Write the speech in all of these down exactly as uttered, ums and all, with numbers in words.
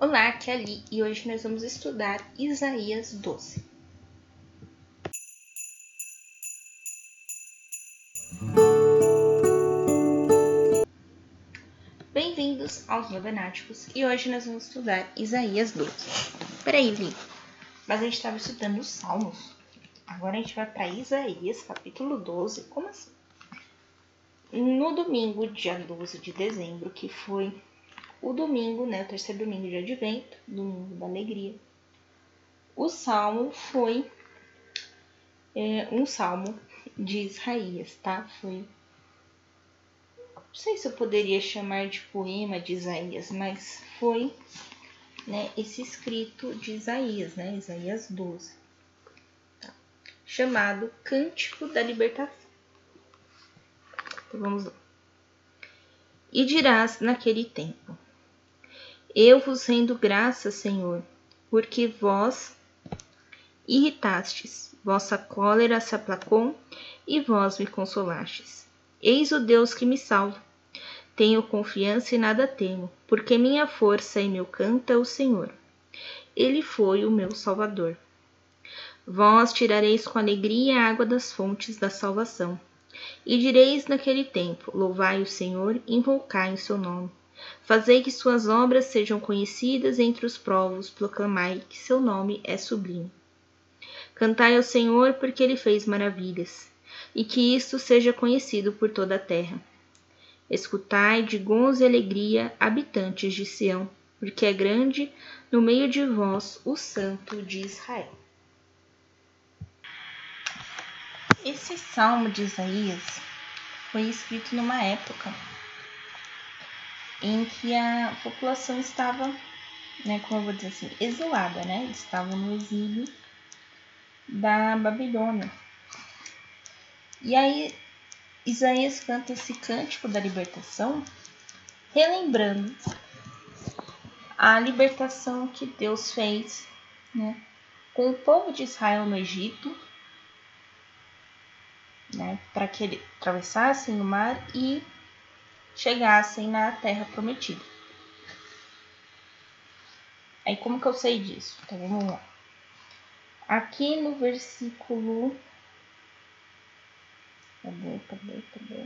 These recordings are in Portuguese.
Olá, aqui é a Li e hoje nós vamos estudar Isaías doze. Bem-vindos aos Novenáticos e hoje nós vamos estudar Isaías doze. Peraí, Li, mas a gente estava estudando os Salmos. Agora a gente vai para Isaías, capítulo doze. Como assim? No domingo, dia doze de dezembro, que foi o domingo, né, o terceiro domingo de Advento, domingo da alegria, o salmo foi é, um salmo de Isaías, tá? Foi, não sei se eu poderia chamar de poema de Isaías, mas foi, né, esse escrito de Isaías, né, Isaías doze, tá? Chamado Cântico da Libertação. Então vamos lá. E dirás naquele tempo: Eu vos rendo graças, Senhor, porque vós irritastes, vossa cólera se aplacou e vós me consolastes. Eis o Deus que me salva. Tenho confiança e nada temo, porque minha força e meu canto é o Senhor. Ele foi o meu Salvador. Vós tirareis com alegria a água das fontes da salvação. E direis naquele tempo: Louvai o Senhor, invocai o seu nome. Fazei que suas obras sejam conhecidas entre os povos, proclamai que seu nome é sublime. Cantai ao Senhor, porque ele fez maravilhas, e que isto seja conhecido por toda a terra. Escutai de gozo e alegria, habitantes de Sião, porque é grande no meio de vós o Santo de Israel. Esse salmo de Isaías foi escrito numa época em que a população estava, né, como eu vou dizer assim, exilada, né? Eles estavam no exílio da Babilônia. E aí Isaías canta esse cântico da libertação, relembrando a libertação que Deus fez, né, com o povo de Israel no Egito, né, para que eles atravessassem o mar e chegassem na terra prometida. Aí como que eu sei disso? Então vamos lá. Aqui no versículo... Cadê, cadê, cadê?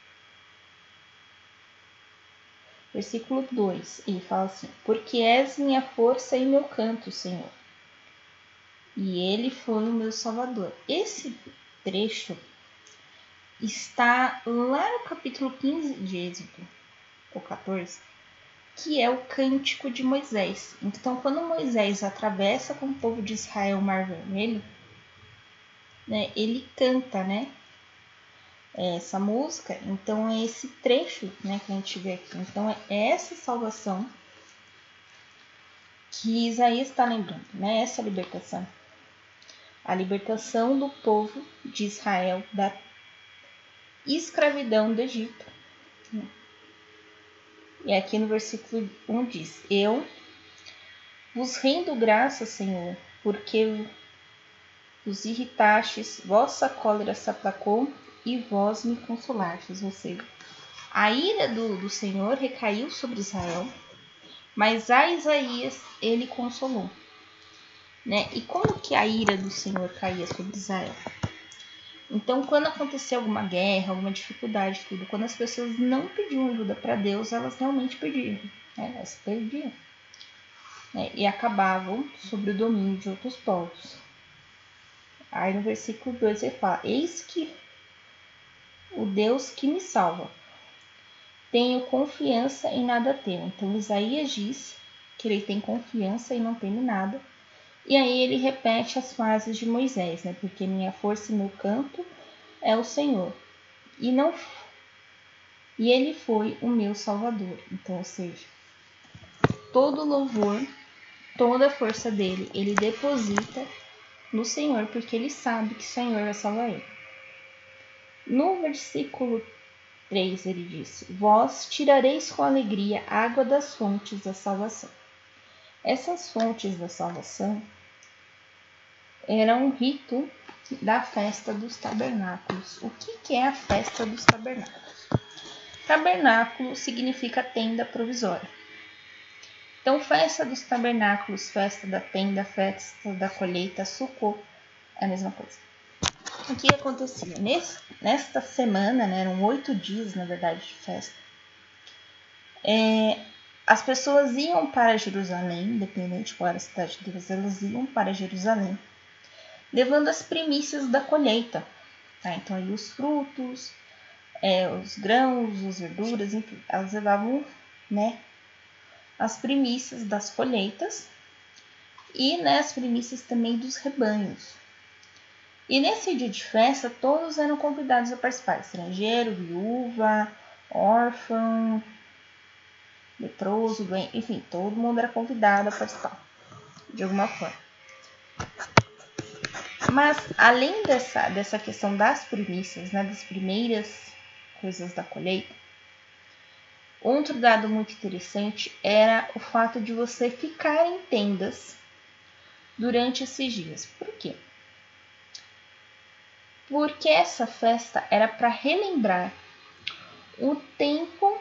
Versículo dois, ele fala assim: Porque és minha força e meu canto, Senhor, e ele foi o meu Salvador. Esse trecho está lá no capítulo quinze de Êxodo, ou quatorze, que é o cântico de Moisés. Então, quando Moisés atravessa com o povo de Israel o Mar Vermelho, né, ele canta, né, essa música. Então, é esse trecho, né, que a gente vê aqui. Então, é essa salvação que Isaías está lembrando, né, essa libertação. A libertação do povo de Israel da escravidão do Egito. E aqui no versículo um diz: Eu vos rendo graças, Senhor, porque vos irritastes, vossa cólera se aplacou e vós me consolastes. Ou seja, a ira do, do Senhor recaiu sobre Israel, mas a Isaías ele consolou. Né? E como que a ira do Senhor caía sobre Israel? Então, quando acontecia alguma guerra, alguma dificuldade, tudo, quando as pessoas não pediam ajuda para Deus, elas realmente perdiam, né? Elas perdiam, né? E acabavam sob o domínio de outros povos. Aí no versículo dois ele fala: Eis que o Deus que me salva, tenho confiança e nada temo. Então Isaías diz que ele tem confiança e não teme nada. E aí ele repete as frases de Moisés, né? Porque minha força e meu canto é o Senhor. E não e ele foi o meu Salvador. Então, ou seja, todo louvor, toda a força dele, ele deposita no Senhor, porque ele sabe que o Senhor vai salvar ele. No versículo três ele disse: Vós tirareis com alegria água das fontes da salvação. Essas fontes da salvação era um rito da festa dos tabernáculos. O que, que é a festa dos tabernáculos? Tabernáculo significa tenda provisória. Então, festa dos tabernáculos, festa da tenda, festa da colheita, Sukkot, é a mesma coisa. O que acontecia? Nesse, nesta semana, né, eram oito dias, na verdade, de festa, é, as pessoas iam para Jerusalém, independente qual era a cidade deles, elas iam para Jerusalém, levando as primícias da colheita. Tá? Então, aí os frutos, é, os grãos, as verduras, enfim, elas levavam, né, as primícias das colheitas e, né, as primícias também dos rebanhos. E nesse dia de festa, todos eram convidados a participar: estrangeiro, viúva, órfão, leproso, enfim, todo mundo era convidado a participar de alguma forma. Mas, além dessa, dessa questão das primícias, né, das primeiras coisas da colheita, outro dado muito interessante era o fato de você ficar em tendas durante esses dias. Por quê? Porque essa festa era para relembrar o tempo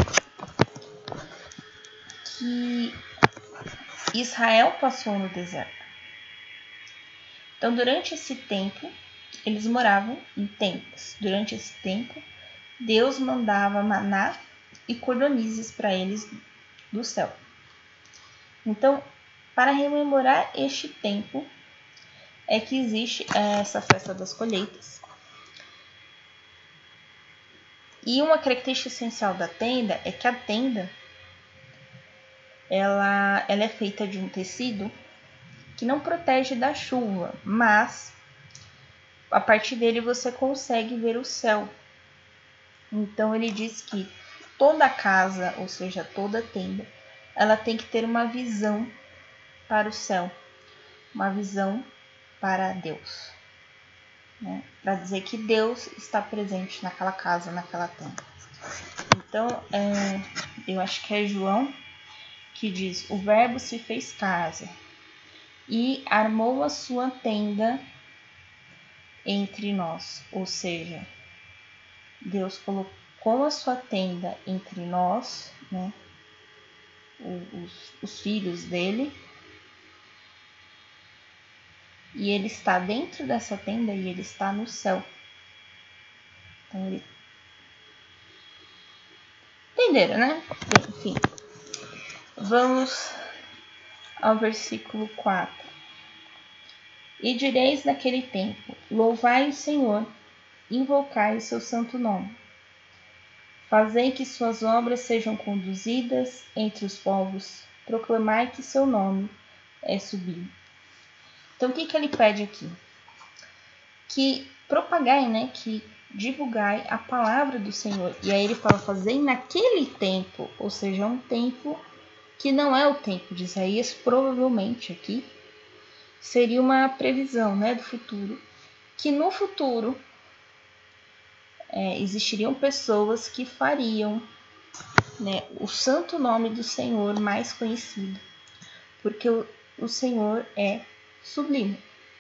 que Israel passou no deserto. Então, durante esse tempo, eles moravam em tendas. Durante esse tempo, Deus mandava maná e cordonizes para eles do céu. Então, para rememorar este tempo, é que existe essa festa das colheitas. E uma característica essencial da tenda é que a tenda ela, ela é feita de um tecido que não protege da chuva, mas a partir dele você consegue ver o céu. Então ele diz que toda casa, ou seja, toda tenda, ela tem que ter uma visão para o céu, uma visão para Deus, né? Para dizer que Deus está presente naquela casa, naquela tenda. Então, é, eu acho que é João que diz: o verbo se fez casa e armou a sua tenda entre nós. Ou seja, Deus colocou a sua tenda entre nós, né? Os, os filhos dele, e ele está dentro dessa tenda e ele está no céu. Então ele... Entenderam, né? Bem, enfim, vamos ao versículo quatro. E direis naquele tempo: louvai o Senhor, invocai o seu santo nome. Fazei que suas obras sejam conduzidas entre os povos, proclamai que seu nome é sublime. Então, o que, que ele pede aqui? Que propagai, né, que divulgai a palavra do Senhor. E aí ele fala: fazei naquele tempo, ou seja, um tempo que não é o tempo de Isaías, provavelmente aqui seria uma previsão, né, do futuro, que no futuro é, existiriam pessoas que fariam, né, o santo nome do Senhor mais conhecido, porque o, o Senhor é sublime.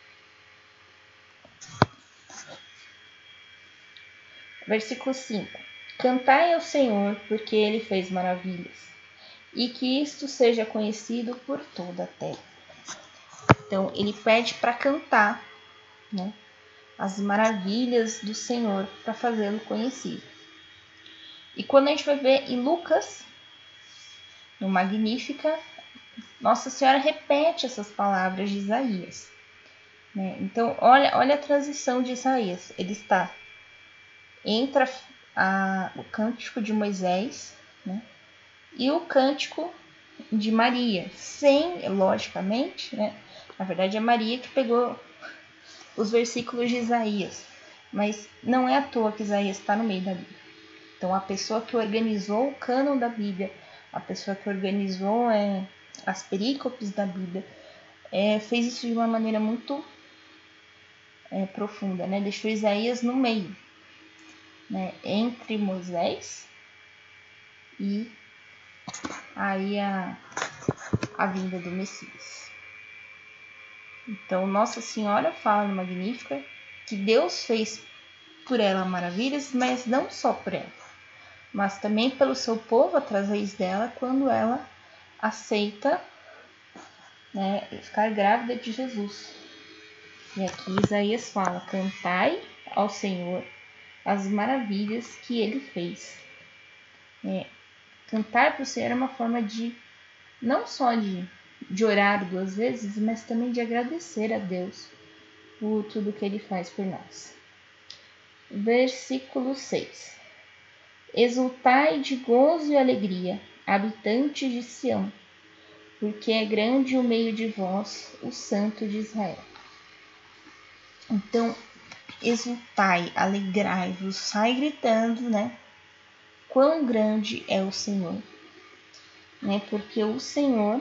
Versículo cinco. Cantai ao Senhor, porque ele fez maravilhas, e que isto seja conhecido por toda a terra. Então, ele pede para cantar, né, as maravilhas do Senhor, para fazê-lo conhecido. E quando a gente vai ver em Lucas, no Magnífica, Nossa Senhora repete essas palavras de Isaías, né? Então, olha, olha a transição de Isaías. Ele está entre a, a, o cântico de Moisés, né, e o cântico de Maria, sem, logicamente, né, na verdade é Maria que pegou os versículos de Isaías, mas não é à toa que Isaías está no meio da Bíblia. Então, a pessoa que organizou o cânon da Bíblia, a pessoa que organizou é, as perícopes da Bíblia, é, fez isso de uma maneira muito é, profunda, né? Deixou Isaías no meio, né? Entre Moisés e aí a, a vinda do Messias. Então, Nossa Senhora fala no Magnífica que Deus fez por ela maravilhas, mas não só por ela, mas também pelo seu povo através dela, quando ela aceita, né, ficar grávida de Jesus. E aqui Isaías fala: cantai ao Senhor as maravilhas que ele fez. É, cantar para o Senhor é uma forma de, não só de, de orar duas vezes, mas também de agradecer a Deus por tudo que ele faz por nós. Versículo seis. Exultai de gozo e alegria, habitantes de Sião, porque é grande o meio de vós, o Santo de Israel. Então, exultai, alegrai-vos, sai gritando, né? Quão grande é o Senhor, né? Porque o Senhor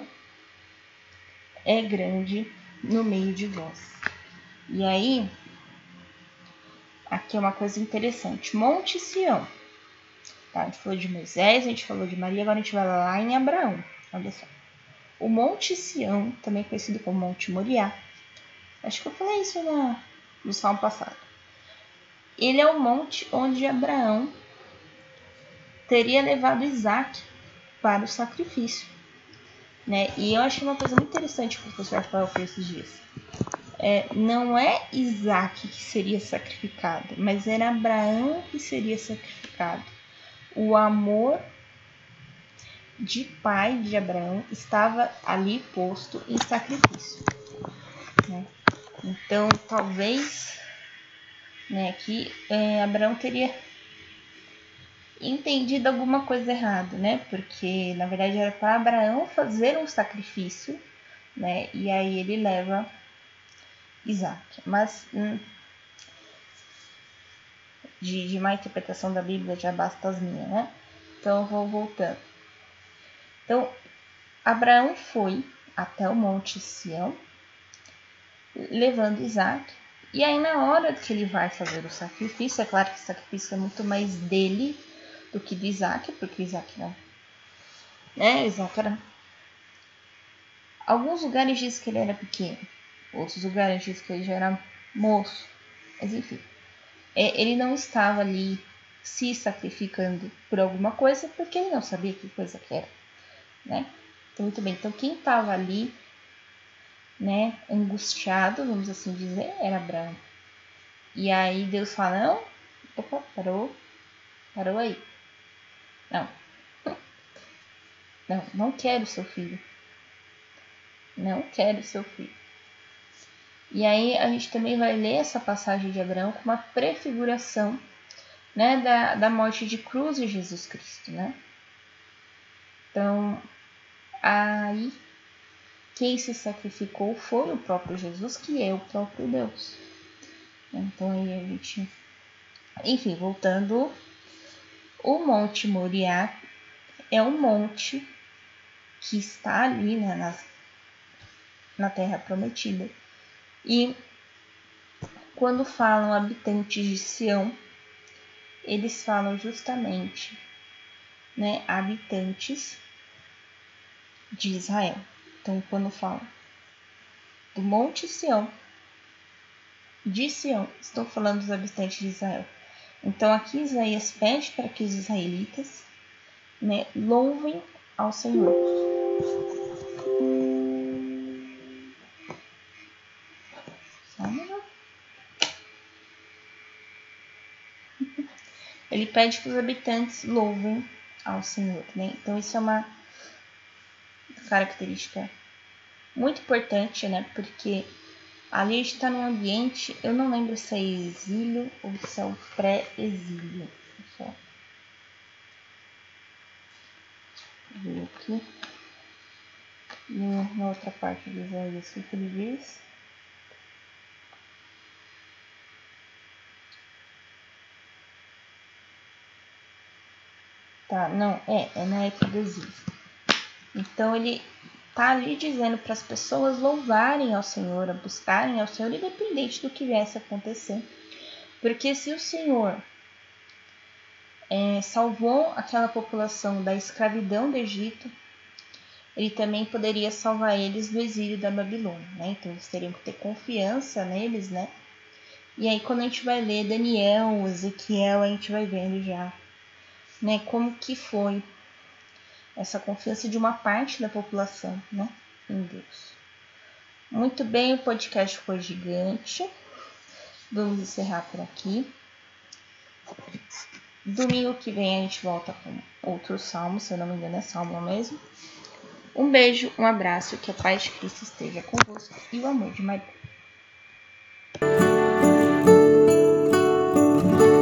é grande no meio de vós. E aí, aqui é uma coisa interessante. Monte Sião. Tá? A gente falou de Moisés, a gente falou de Maria, agora a gente vai lá em Abraão. Olha só. O Monte Sião, também conhecido como Monte Moriá. Acho que eu falei isso na, no salmo passado. Ele é o monte onde Abraão teria levado Isaac para o sacrifício. Né? E eu achei uma coisa muito interessante que o professor Rafael fez esses dias. É, não é Isaac que seria sacrificado, mas era Abraão que seria sacrificado. O amor de pai de Abraão estava ali posto em sacrifício. Né? Então, talvez, né, que é, Abraão teria entendido alguma coisa errada, né? Porque, na verdade, era para Abraão fazer um sacrifício, né? E aí ele leva Isaac. Mas hum, de, de má interpretação da Bíblia já basta as minhas, né? Então eu vou voltando. Então, Abraão foi até o Monte Sião, levando Isaac. E aí, na hora que ele vai fazer o sacrifício, é claro que o sacrifício é muito mais dele do que de Isaac, porque Isaac não. Né? Isaac era. Alguns lugares dizem que ele era pequeno, outros lugares dizem que ele já era moço, mas enfim. É, ele não estava ali se sacrificando por alguma coisa, porque ele não sabia que coisa que era. Né? Então, muito bem. Então, quem estava ali, né, angustiado, vamos assim dizer, era Abraão. E aí Deus fala: não, opa, parou, parou aí. Não, não, não quero seu filho. Não quero seu filho. E aí a gente também vai ler essa passagem de Abraão com uma prefiguração, né, da, da morte de cruz de Jesus Cristo, né? Então, aí quem se sacrificou foi o próprio Jesus, que é o próprio Deus. Então aí a gente... Enfim, voltando, o Monte Moriá é um monte que está ali, né, na, na Terra Prometida. E quando falam habitantes de Sião, eles falam justamente, né, habitantes de Israel. Então, quando falam do Monte Sião, de Sião, estou falando dos habitantes de Israel. Então, aqui Isaías pede para que os israelitas, né, louvem ao Senhor. Ele pede que os habitantes louvem ao Senhor, né? Então isso é uma característica muito importante, né? Porque ali a gente está num ambiente, eu não lembro se é exílio ou se é o pré-exílio. Deixa eu ver aqui. E na outra parte de Isaías, o que ele diz? Tá, não, é, é na época do exílio. Então ele tá ali dizendo para as pessoas louvarem ao Senhor, a buscarem ao Senhor, independente do que viesse a acontecer. Porque se o Senhor é, salvou aquela população da escravidão do Egito, ele também poderia salvar eles do exílio da Babilônia, né? Então eles teriam que ter confiança neles, né? E aí quando a gente vai ler Daniel, Ezequiel, a gente vai vendo já, né, como que foi essa confiança de uma parte da população, né, em Deus. Muito bem, o podcast foi gigante. Vamos encerrar por aqui. Domingo que vem a gente volta com outro salmo, se eu não me engano é salmo mesmo. Um beijo, um abraço, que a paz de Cristo esteja convosco e o amor de Maria.